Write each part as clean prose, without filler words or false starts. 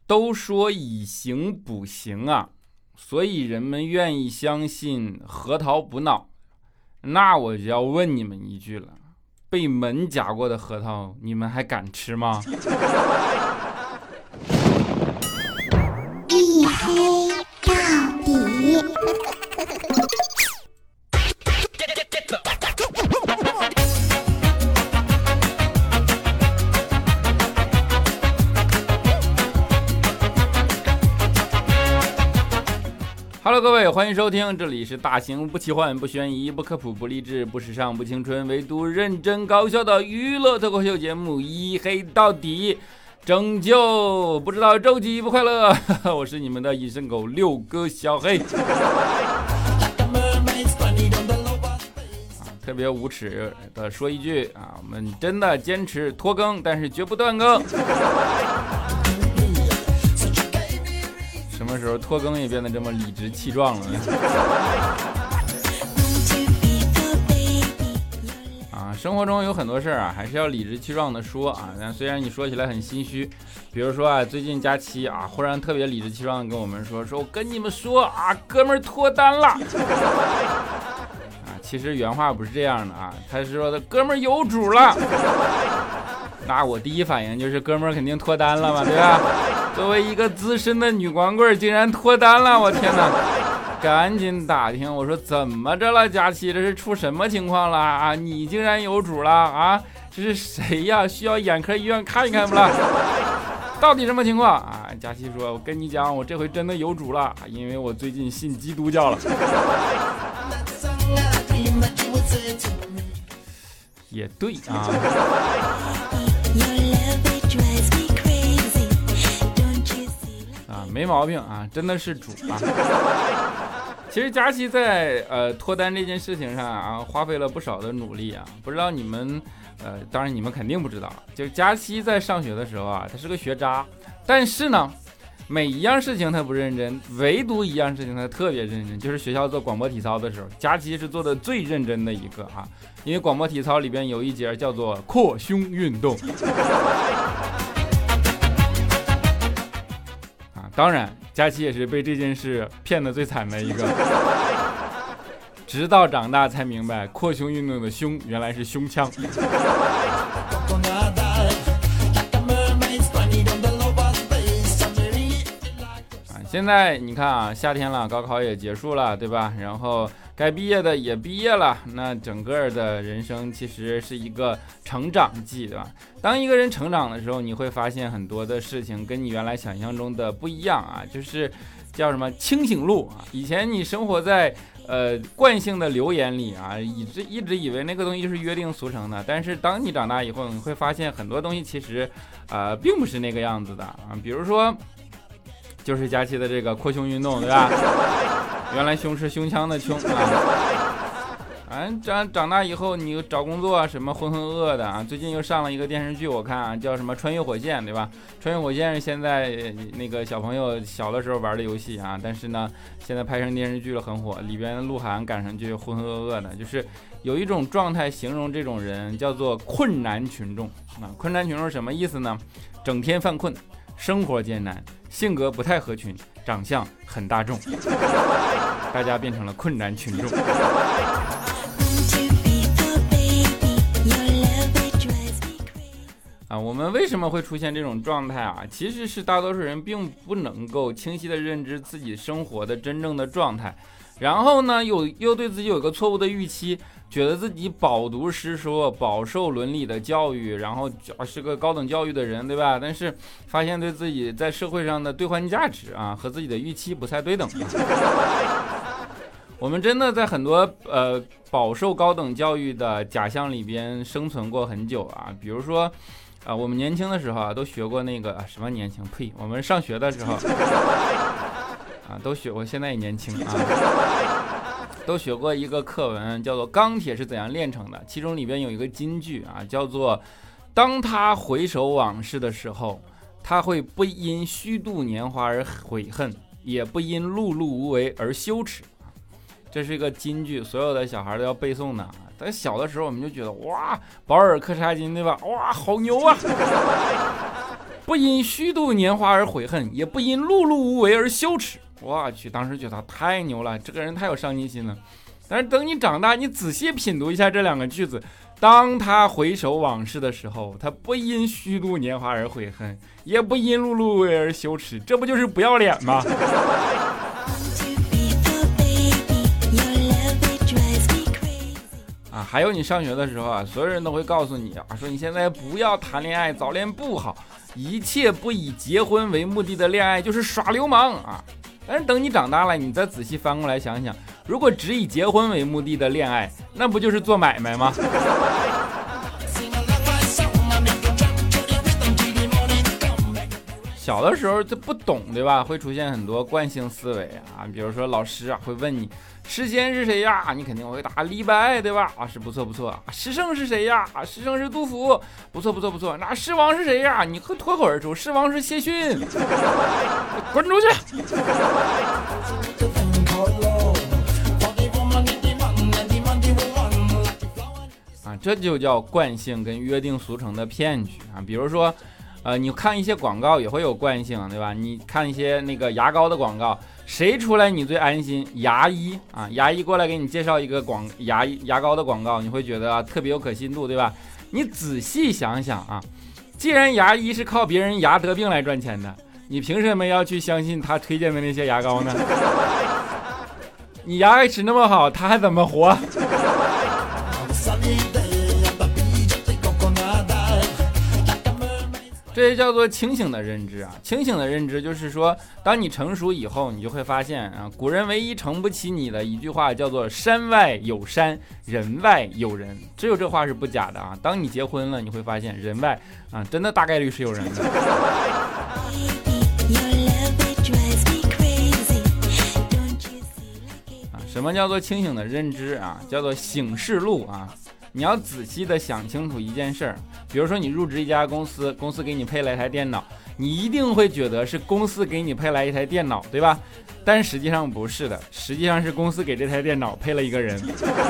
都说以形补形啊，所以人们愿意相信核桃补脑。那我就要问你们一句了，被门夹过的核桃你们还敢吃吗？ 一黑到底。 Hello， 各位，欢迎收听，这里是大型不奇幻、不悬疑、不科普、不励志、不时尚、不青春，唯独认真搞笑的娱乐脱口秀节目《一黑到底》，拯救不知道周几不快乐。我是你们的隐身狗六哥小黑。特别无耻的说一句啊，我们真的坚持拖更，但是绝不断更。什么时候拖更也变得这么理直气壮了呢？生活中有很多事儿啊，还是要理直气壮的说啊。但虽然你说起来很心虚，比如说啊，最近佳期啊，忽然特别理直气壮的跟我们说我跟你们说啊，哥们儿脱单了。其实原话不是这样的啊，他是说的哥们儿有主了。那我第一反应就是哥们儿肯定脱单了嘛，对吧？作为一个资深的女光棍竟然脱单了，我天哪！赶紧打听，我说怎么着了，佳期，这是出什么情况了啊？你竟然有主了啊？这是谁呀？需要眼科医院看一看不啦？到底什么情况啊？佳期说，我跟你讲，我这回真的有主了，因为我最近信基督教了。也对啊。没毛病啊，真的是主啊。其实佳期在脱单这件事情上啊，花费了不少的努力啊。不知道你们当然你们肯定不知道，就是佳期在上学的时候啊，他是个学渣，但是呢，每一样事情他不认真，唯独一样事情他特别认真，就是学校做广播体操的时候，佳期是做的最认真的一个啊。因为广播体操里边有一节叫做扩胸运动。当然，佳期也是被这件事骗得最惨的一个，直到长大才明白，扩胸运动的胸原来是胸腔。现在你看啊，夏天了，高考也结束了，对吧？然后该毕业的也毕业了，那整个的人生其实是一个成长季，对吧？当一个人成长的时候，你会发现很多的事情跟你原来想象中的不一样啊，就是叫什么清醒路啊。以前你生活在惯性的流言里啊，一直以为那个东西就是约定俗成的，但是当你长大以后，你会发现很多东西其实并不是那个样子的啊。比如说就是佳期的这个扩胸运动，对吧？原来胸是胸腔的胸啊。长大以后你找工作啊，什么浑浑噩噩的啊。最近又上了一个电视剧，我看啊，叫什么《穿越火线》，对吧？穿越火线是现在那个小朋友小的时候玩的游戏啊，但是呢，现在拍成电视剧了，很火。里边鹿晗赶上去浑浑噩噩的，就是有一种状态形容这种人叫做困难群众啊。困难群众什么意思呢？整天犯困，生活艰难，性格不太合群，长相很大众，大家变成了困难群众。我们为什么会出现这种状态啊？其实是大多数人并不能够清晰的认知自己生活的真正的状态，然后呢又对自己有一个错误的预期，觉得自己饱读诗书，饱受伦理的教育，然后是个高等教育的人，对吧？但是发现对自己在社会上的兑换价值啊和自己的预期不太对等。我们真的在很多饱受高等教育的假象里边生存过很久啊。比如说我们年轻的时候啊，都学过那个什么年轻？呸！我们上学的时候啊，都学过。现在也年轻啊，都学过一个课文，叫做《钢铁是怎样炼成的》。其中里边有一个金句啊，叫做“当他回首往事的时候，他会不因虚度年华而悔恨，也不因碌碌无为而羞耻”。这是一个金句，所有的小孩都要背诵的。在小的时候我们就觉得哇，保尔柯察金，对吧？哇，好牛啊！ 不因虚度年华而悔恨，也不因碌碌无为而羞耻。我去，当时觉得他太牛了，这个人太有上进心了。但是等你长大，你仔细品读一下这两个句子，当他回首往事的时候，他不因虚度年华而悔恨，也不因碌碌无为而羞耻，这不就是不要脸吗？还有你上学的时候啊，所有人都会告诉你啊，说你现在不要谈恋爱，早恋不好，一切不以结婚为目的的恋爱就是耍流氓啊。但是等你长大了，你再仔细翻过来想想，如果只以结婚为目的的恋爱，那不就是做买卖吗？小的时候就不懂，对吧？会出现很多惯性思维啊，比如说老师啊会问你诗仙是谁呀？你肯定会答李白，对吧？啊，是不错不错。诗圣是谁呀？诗圣是杜甫，不错不错不错。那诗王是谁呀？你会脱口而出，诗王是谢逊。滚出去！啊，这就叫惯性跟约定俗成的骗局啊。比如说你看一些广告也会有惯性，对吧？你看一些那个牙膏的广告，谁出来你最安心？牙医啊，牙医过来给你介绍一个牙膏的广告，你会觉得特别有可信度，对吧？你仔细想想啊，既然牙医是靠别人牙得病来赚钱的，你凭什么要去相信他推荐的那些牙膏呢？你牙齿那么好，他还怎么活？这也叫做清醒的认知啊！清醒的认知就是说，当你成熟以后，你就会发现啊，古人唯一承不起你的一句话叫做"山外有山，人外有人"，只有这话是不假的啊！当你结婚了，你会发现人外啊，真的大概率是有人的。什么叫做清醒的认知啊？叫做醒世路啊！你要仔细的想清楚一件事儿，比如说你入职一家公司，公司给你配了一台电脑，你一定会觉得是公司给你配来一台电脑，对吧？但实际上不是的，实际上是公司给这台电脑配了一个人。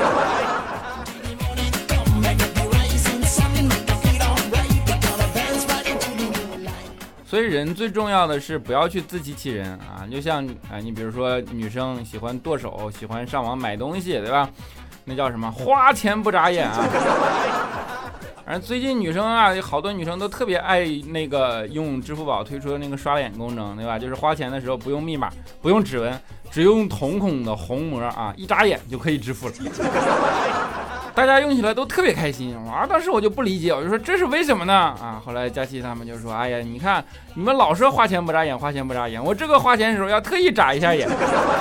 所以人最重要的是不要去自欺欺人啊！就像你比如说女生喜欢剁手，喜欢上网买东西，对吧？那叫什么？花钱不眨眼啊！而最近女生啊，好多女生都特别爱那个用支付宝推出的那个刷脸功能，对吧？就是花钱的时候不用密码，不用指纹，只用瞳孔的虹膜啊，一眨眼就可以支付了。大家用起来都特别开心啊！当时我就不理解，我就说这是为什么呢？啊，后来佳琪他们就说：“哎呀，你看你们老说花钱不眨眼，花钱不眨眼，我这个花钱的时候要特意眨一下眼。”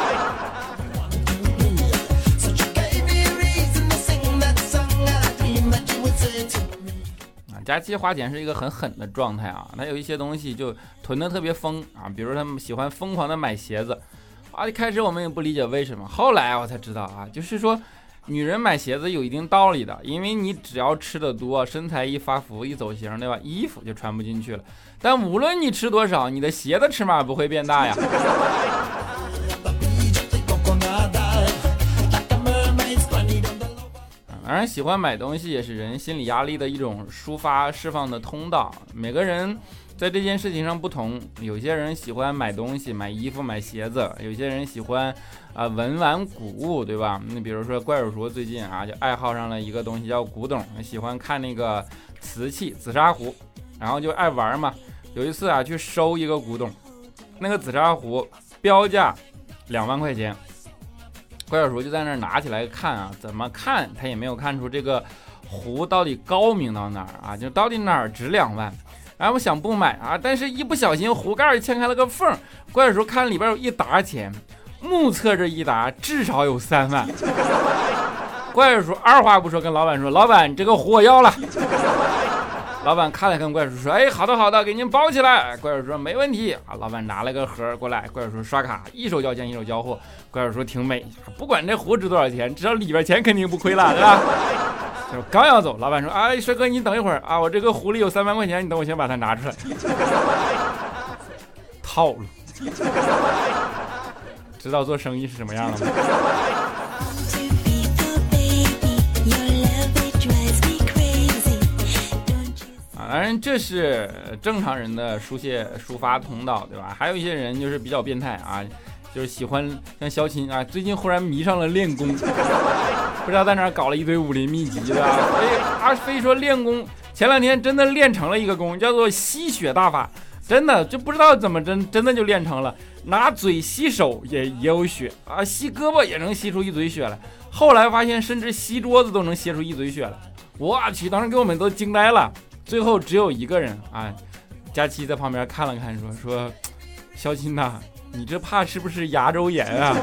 佳期花钱是一个很狠的状态啊，他有一些东西就囤得特别疯啊，比如他们喜欢疯狂的买鞋子啊。一开始我们也不理解为什么，后来我才知道啊，就是说女人买鞋子有一定道理的，因为你只要吃得多，身材一发福一走形，对吧？衣服就穿不进去了。但无论你吃多少，你的鞋的尺码不会变大呀。当然，喜欢买东西也是人心理压力的一种抒发释放的通道。每个人在这件事情上不同，有些人喜欢买东西、买衣服、买鞋子，有些人喜欢文玩古物，对吧？那比如说怪叔叔最近啊就爱好上了一个东西叫古董，喜欢看那个瓷器紫砂壶，然后就爱玩嘛。有一次啊去收一个古董，那个紫砂壶标价2万块钱。怪叔叔就在那儿拿起来看啊，怎么看他也没有看出这个壶到底高明到哪儿啊，就到底哪儿值2万。然后我想不买啊，但是一不小心壶盖嵌开了个缝，怪叔叔看里边有一沓钱，目测这一沓至少有3万。怪叔叔二话不说跟老板说：“老板，这个壶我要了。”老板看了看怪叔叔说：“哎，好的好的，给您包起来。”怪叔叔说：“没问题啊。”老板拿了个盒过来，怪叔叔刷卡，一手交钱一手交货。怪叔叔挺美，不管这壶值多少钱，至少里边钱肯定不亏了，对吧？就刚要走，老板说：“哎，帅哥，你等一会儿啊，我这个壶里有3万块钱，你等我先把它拿出来。”套路，知道做生意是什么样了吗？ 当然这是正常人的抒发通道，对吧？还有一些人就是比较变态啊，就是喜欢像小秦啊，最近忽然迷上了练功，不知道在哪搞了一堆武林秘籍的非说练功，前2天真的练成了一个功，叫做吸血大法，真的就不知道怎么真的就练成了，拿嘴吸手也有血啊，吸胳膊也能吸出一嘴血来，后来发现甚至吸桌子都能吸出一嘴血来，我去，当时给我们都惊呆了。最后只有一个人啊，佳期在旁边看了看，说小秦呐，你这怕是不是牙周炎啊？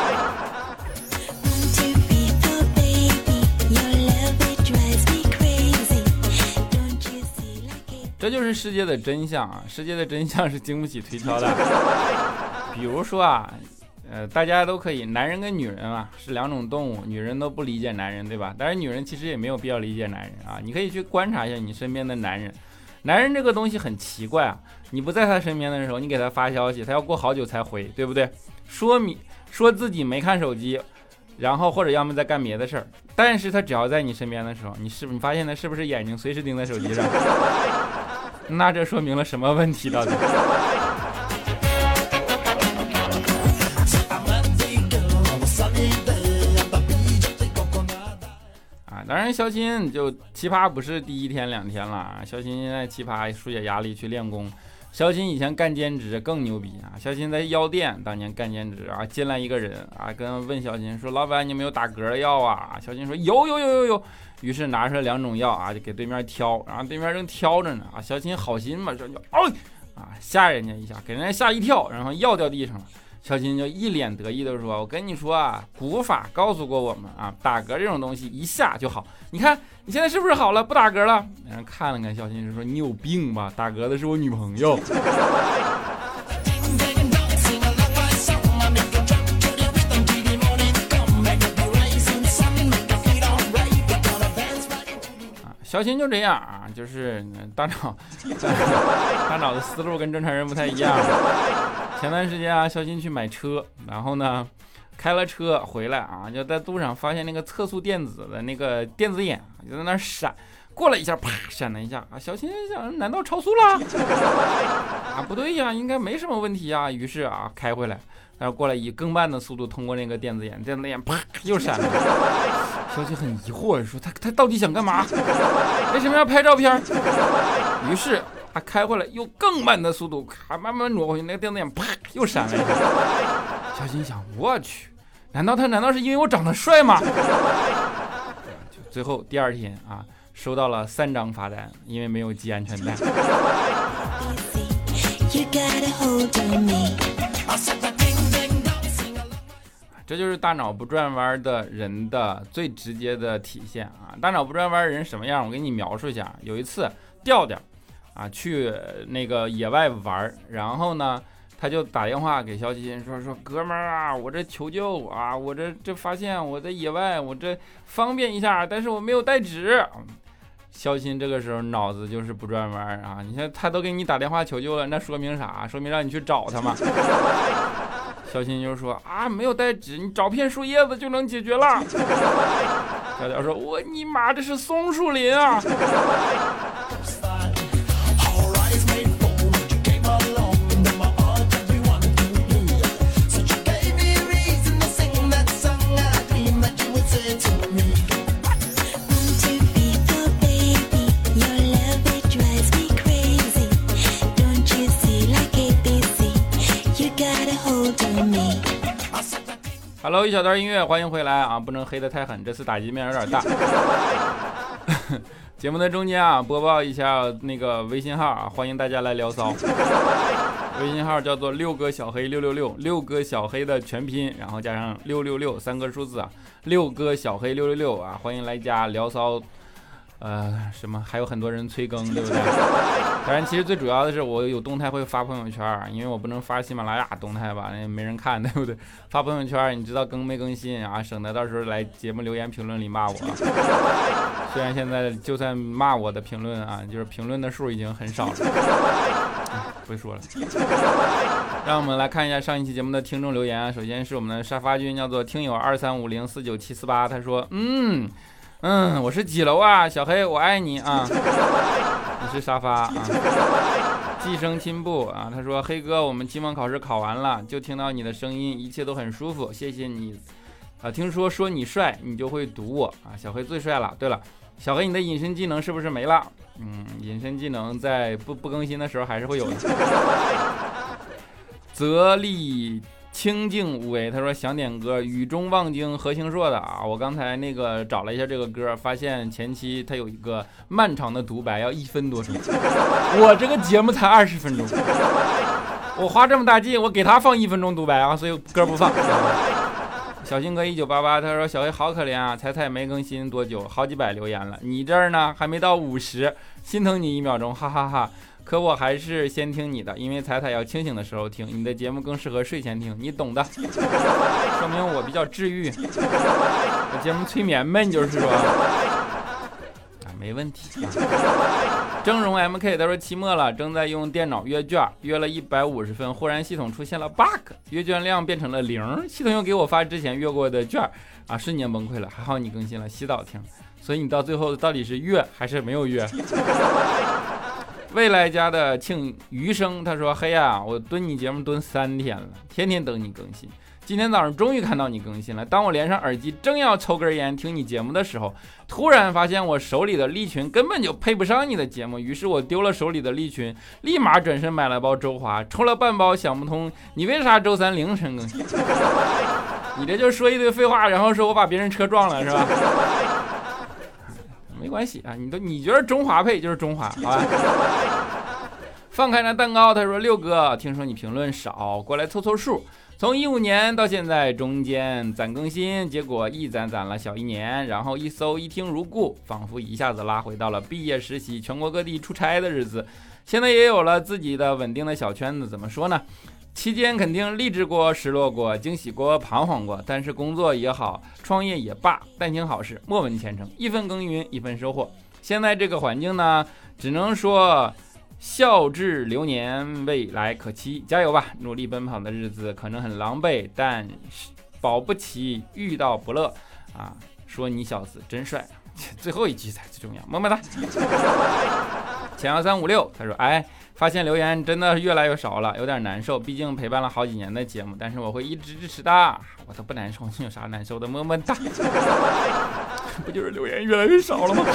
这就是世界的真相啊！世界的真相是经不起推敲的。比如说啊，大家都可以，男人跟女人啊是2种动物，女人都不理解男人，对吧？但是女人其实也没有必要理解男人啊。你可以去观察一下你身边的男人，男人这个东西很奇怪啊，你不在他身边的时候，你给他发消息，他要过好久才回，对不对？说自己没看手机，然后或者要么在干别的事儿，但是他只要在你身边的时候，你发现他是不是眼睛随时盯在手机上？那这说明了什么问题到底？当然小秦就奇葩不是第1天2天了，小秦现在奇葩疏解压力去练功。小秦以前干兼职更牛逼啊！小秦在药店当年干兼职啊，进来一个人啊，问小秦说：“老板，你有没有打嗝的药啊？”小秦说：“有。”于是拿出来2种药啊，就给对面挑，然后对面正挑着呢啊，小秦好心嘛，说就吓人家一下，给人家吓一跳，然后药掉地上了。小秦就一脸得意的说：“我跟你说啊，古法告诉过我们啊，打嗝这种东西一下就好。你看你现在是不是好了，不打嗝了？”然后看了看小秦就说：“你有病吧？打嗝的是我女朋友。”小秦就这样啊，就是大脑的思路跟正常人不太一样。前段时间啊，小秦去买车，然后呢开了车回来啊，就在路上发现那个测速电子的那个电子眼就在那闪，过了一下，啪闪了一下啊，小秦想难道超速了啊？不对呀，应该没什么问题啊。于是啊开回来，然后过来以更慢的速度通过那个电子眼啪又闪了。小秦很疑惑说他到底想干嘛？为什么要拍照片？于是他开回来又更慢的速度，慢慢挪回去，那个电子眼啪又闪了一下。小秦想，我去，难道是因为我长得帅吗？最后第2天啊，收到了3张罚单，因为没有系安全带。这就是大脑不转弯的人的最直接的体现啊！大脑不转弯的人什么样？我给你描述一下。有一次调啊去那个野外玩，然后呢他就打电话给小秦说哥们儿啊，我这求救啊，我这发现我在野外，我这方便一下，但是我没有带纸。小秦这个时候脑子就是不转弯啊！你看他都给你打电话求救了，那说明啥？说明让你去找他嘛。小秦就说啊，没有带纸，你找片树叶子就能解决了。小乔说：“我你妈，这是松树林啊！”Hello， 一小段音乐，欢迎回来啊！不能黑得太狠，这次打击面有点大。节目的中间啊，播报一下那个微信号啊，欢迎大家来聊骚。微信号叫做六哥小黑666，六哥小黑的全拼，然后加上666 3个数字啊，六哥小黑666啊，欢迎来加聊骚。什么还有很多人催更，对不对？当然其实最主要的是我有动态会发朋友圈，因为我不能发喜马拉雅动态吧，那没人看，对不对？发朋友圈你知道更没更新啊，省得到时候来节目留言评论里骂我。虽然现在就算骂我的评论啊，就是评论的数已经很少了。不会说了。让我们来看一下上一期节目的听众留言啊。首先是我们的沙发君，叫做听友23504978，他说我是几楼啊？小黑我爱你啊。 是沙发啊。寄生亲部啊，他说黑哥，我们期末考试考完了，就听到你的声音，一切都很舒服，谢谢你啊。听说你帅，你就会堵我啊。小黑最帅了。对了，小黑，你的隐身技能是不是没了？隐身技能在不更新的时候还是会有的。泽立清静无为，他说想点歌，雨中望京何星硕的啊。我刚才那个找了一下这个歌，发现前期他有一个漫长的独白，要1分多钟。我这个节目才20分钟，我花这么大劲，我给他放1分钟独白啊，所以歌不放。小新哥1988，他说小黑好可怜啊，彩彩没更新多久，好几百留言了，你这儿呢还没到50，心疼你1秒钟，哈哈哈。可我还是先听你的，因为彩彩要清醒的时候听，你的节目更适合睡前听，你懂的。说明我比较治愈，我节目催眠呗，你就是说啊，没问题。峥嵘 MK 他说期末了，正在用电脑阅卷，约了150分，忽然系统出现了 bug， 阅卷量变成了0，系统又给我发之前阅过的卷啊，瞬间崩溃了。还好你更新了，洗澡听，所以你到最后到底是阅还是没有阅？未来家的庆余生他说嘿呀，我蹲你节目蹲3天了，天天等你更新，今天早上终于看到你更新了。当我连上耳机正要抽根烟听你节目的时候，突然发现我手里的利群根本就配不上你的节目，于是我丢了手里的利群，立马转身买了包周华，抽了半包，想不通你为啥周3凌晨更新。你这就说一堆废话，然后说我把别人车撞了是吧？没关系啊，你觉得中华配就是中华，好吧？放开那蛋糕，他说六哥，听说你评论少，过来凑凑数。从15年到现在，中间攒更新，结果一攒了小1年，然后一搜一听如故，仿佛一下子拉回到了毕业实习、全国各地出差的日子。现在也有了自己的稳定的小圈子，怎么说呢？期间肯定励志过、失落过、惊喜过、彷徨过，但是工作也好，创业也罢，但行好事，莫问前程，一分耕耘一分收获。现在这个环境呢，只能说笑至流年，未来可期，加油吧！努力奔跑的日子可能很狼狈，但保不齐遇到不乐啊！说你小子真帅，最后一句才最重要，么么哒。前12356他说哎，发现留言真的越来越少了，有点难受，毕竟陪伴了好几年的节目，但是我会一直支持的。我都不难受，你有啥难受的？么么哒。不就是留言越来越少了吗？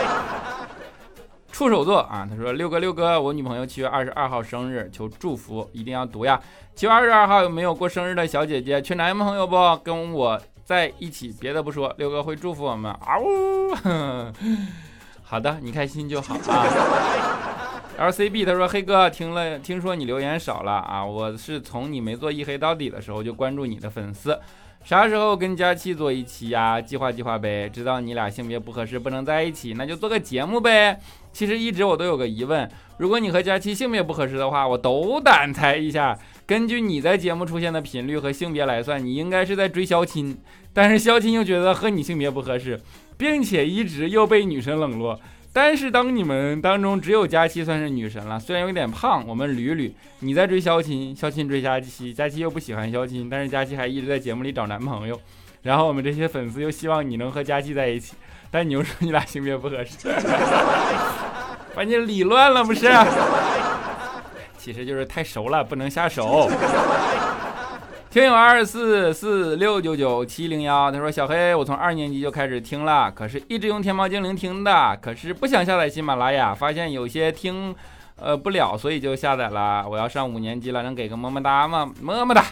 触手座啊，他说六哥，我女朋友7月22号生日，求祝福，一定要读呀。7月22号有没有过生日的小姐姐？缺男朋友不？跟我在一起，别的不说，六哥会祝福我们。啊呜，好的，你开心就好啊。LCB 他说黑哥，听说你留言少了啊，我是从你没做一黑到底的时候就关注你的粉丝。啥时候跟佳期做一期呀？计划呗。知道你俩性别不合适，不能在一起，那就做个节目呗。其实一直我都有个疑问，如果你和佳期性别不合适的话，我斗胆猜一下，根据你在节目出现的频率和性别来算，你应该是在追肖钦，但是肖钦又觉得和你性别不合适，并且一直又被女神冷落。但是当你们当中只有佳期算是女神了，虽然有点胖，我们捋，你在追肖钦，肖钦追佳期，佳期又不喜欢肖钦，但是佳期还一直在节目里找男朋友，然后我们这些粉丝又希望你能和佳期在一起，但你又说你俩性别不合适，把你理乱了不是？其实就是太熟了，不能下手。听友24469971，他说小黑，我从2年级就开始听了，可是一直用天猫精灵听的，可是不想下载喜马拉雅，发现有些听不了，所以就下载了。我要上5年级了，能给个么么哒吗？么么哒。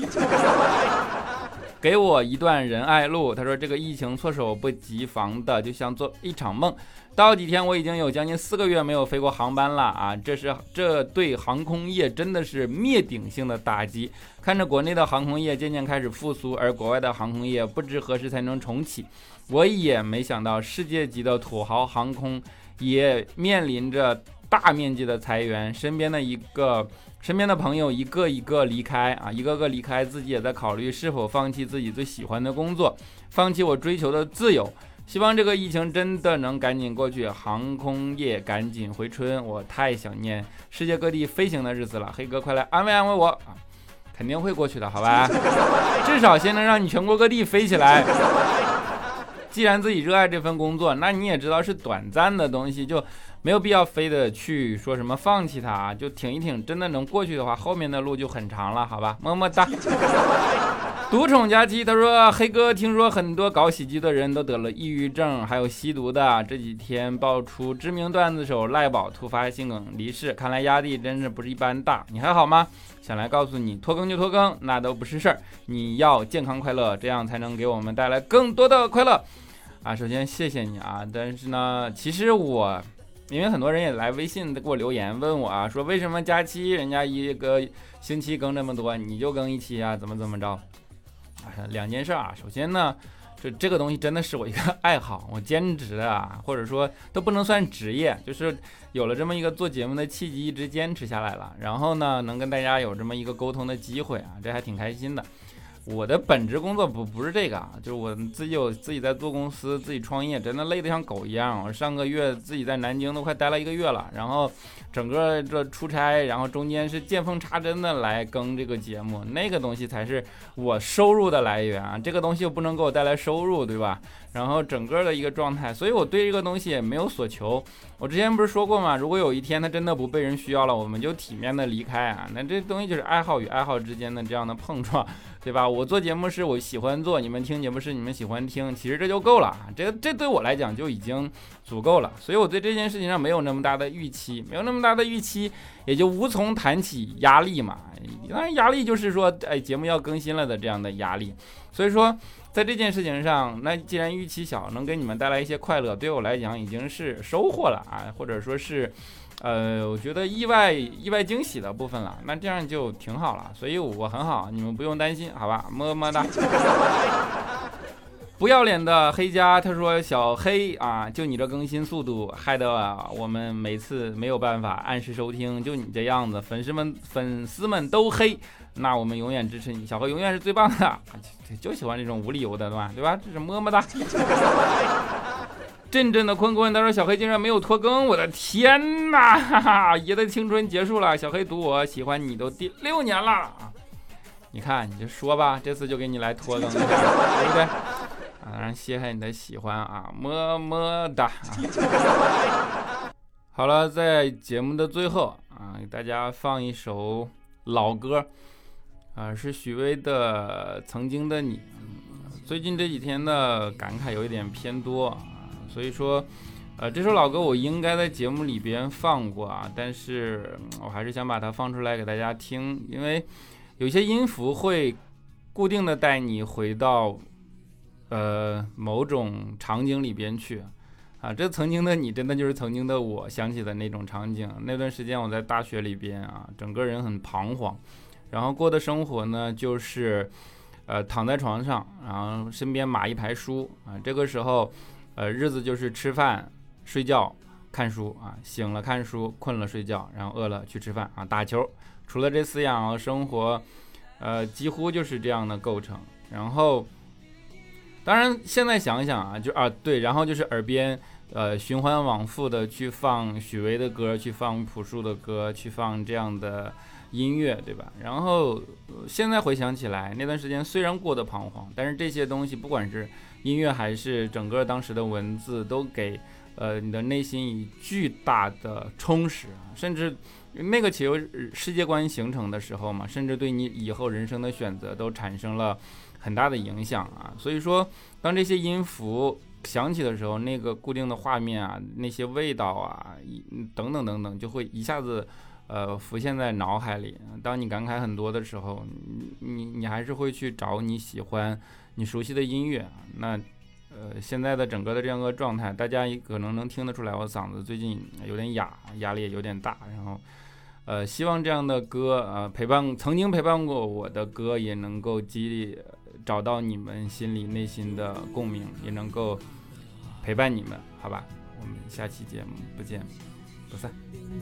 给我一段仁爱路，他说这个疫情措手不及防的，就像做一场梦。到几天我已经有将近4个月没有飞过航班了啊！这对航空业真的是灭顶性的打击。看着国内的航空业渐渐开始复苏，而国外的航空业不知何时才能重启。我也没想到世界级的土豪航空也面临着大面积的裁员，身边的朋友一个一个离开啊，一个个离开，自己也在考虑是否放弃自己最喜欢的工作，放弃我追求的自由。希望这个疫情真的能赶紧过去，航空业赶紧回春，我太想念世界各地飞行的日子了。黑哥快来安慰我啊！肯定会过去的，好吧？至少先能让你全国各地飞起来。既然自己热爱这份工作，那你也知道是短暂的东西，就没有必要非得去说什么放弃它，就挺一挺，真的能过去的话，后面的路就很长了，好吧，么么哒。独宠佳期他说，黑哥听说很多搞喜剧的人都得了抑郁症，还有吸毒的，这几天爆出知名段子手赖宝突发心梗离世，看来压力真是不是一般大，你还好吗？想来告诉你，拖更就拖更，那都不是事儿，你要健康快乐，这样才能给我们带来更多的快乐啊！首先谢谢你啊，但是呢，其实因为很多人也来微信给我留言问我啊，说为什么佳期人家一个星期更这么多，你就更一期啊，怎么着？两件事啊，首先呢，这个东西真的是我一个爱好，我兼职啊，或者说都不能算职业，就是有了这么一个做节目的契机，一直坚持下来了。然后呢，能跟大家有这么一个沟通的机会啊，这还挺开心的。我的本职工作不是这个啊，就是我自己在做公司，自己创业，真的累得像狗一样。我上个月自己在南京都快待了1个月了，然后整个这出差，然后中间是见缝插针的来更这个节目，那个东西才是我收入的来源啊。这个东西又不能给我带来收入，对吧？然后整个的一个状态，所以我对这个东西也没有所求。我之前不是说过吗？如果有一天它真的不被人需要了，我们就体面的离开啊。那这东西就是爱好与爱好之间的这样的碰撞，对吧？我做节目是我喜欢做，你们听节目是你们喜欢听，其实这就够了，这对我来讲就已经足够了。所以我对这件事情上没有那么大的预期，也就无从谈起压力嘛。当然压力就是说，节目要更新了的这样的压力。所以说在这件事情上，那既然预期小，能给你们带来一些快乐，对我来讲已经是收获了啊，或者说是我觉得意外惊喜的部分了，那这样就挺好了，所以我很好，你们不用担心，好吧，么么哒。不要脸的黑家他说，小黑啊，就你这更新速度害得我们每次没有办法按时收听，就你这样子，粉丝们都黑，那我们永远支持你，小黑永远是最棒的，就喜欢这种无理由的，对吧？这是么么哒。阵阵的坤坤他说，小黑竟然没有拖更，我的天哪，哈哈，爷的青春结束了，小黑读我喜欢你都第6年了啊！你看你就说吧，这次就给你来拖更一下，对不对？让谢谢你的喜欢啊，么么哒。好了，在节目的最后啊，给大家放一首老歌啊，是许巍的《曾经的你》。最近这几天的感慨有一点偏多啊，所以说这首老歌我应该在节目里边放过啊，但是我还是想把它放出来给大家听，因为有些音符会固定的带你回到某种场景里边去啊，这曾经的你真的就是曾经的我想起的那种场景。那段时间我在大学里边啊，整个人很彷徨，然后过的生活呢就是躺在床上，然后身边码一排书啊，这个时候日子就是吃饭睡觉看书啊，醒了看书，困了睡觉，然后饿了去吃饭啊，打球，除了这4样生活几乎就是这样的构成。然后当然现在想想啊，对，然后就是耳边循环往复的去放许巍的歌，去放朴树的歌，去放这样的音乐，对吧？然后现在回想起来，那段时间虽然过得彷徨，但是这些东西不管是音乐还是整个当时的文字，都给你的内心以巨大的充实，甚至那个由世界观形成的时候嘛，甚至对你以后人生的选择都产生了很大的影响啊。所以说当这些音符响起的时候，那个固定的画面啊，那些味道啊等等等等，就会一下子浮现在脑海里。当你感慨很多的时候，你还是会去找你喜欢你熟悉的音乐。那现在的整个的这样一个状态，大家可能能听得出来，我嗓子最近有点哑，压力也有点大。然后希望这样的歌曾经陪伴过我的歌，也能够找到你们心里内心的共鸣，也能够陪伴你们，好吧？我们下期节目不见不散。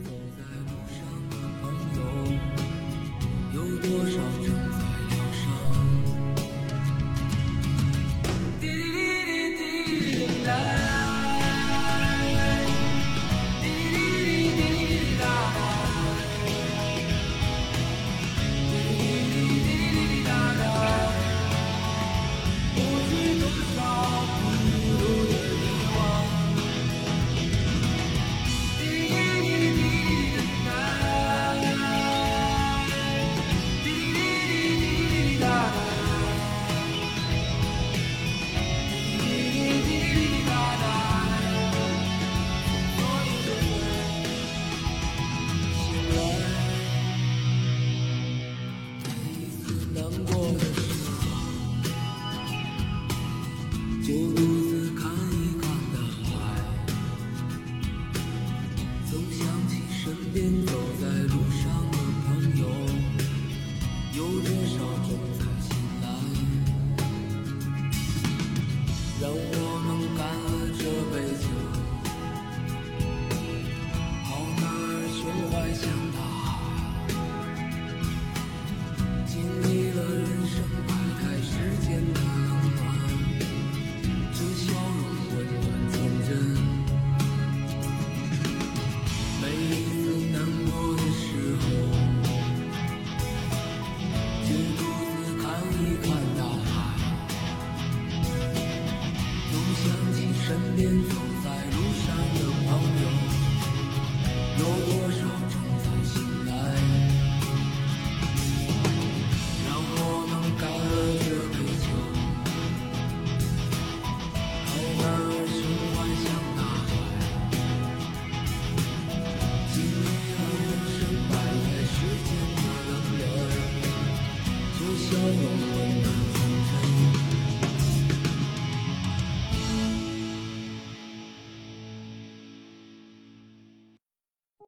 有多少人在疗伤？滴滴滴滴滴答。 有点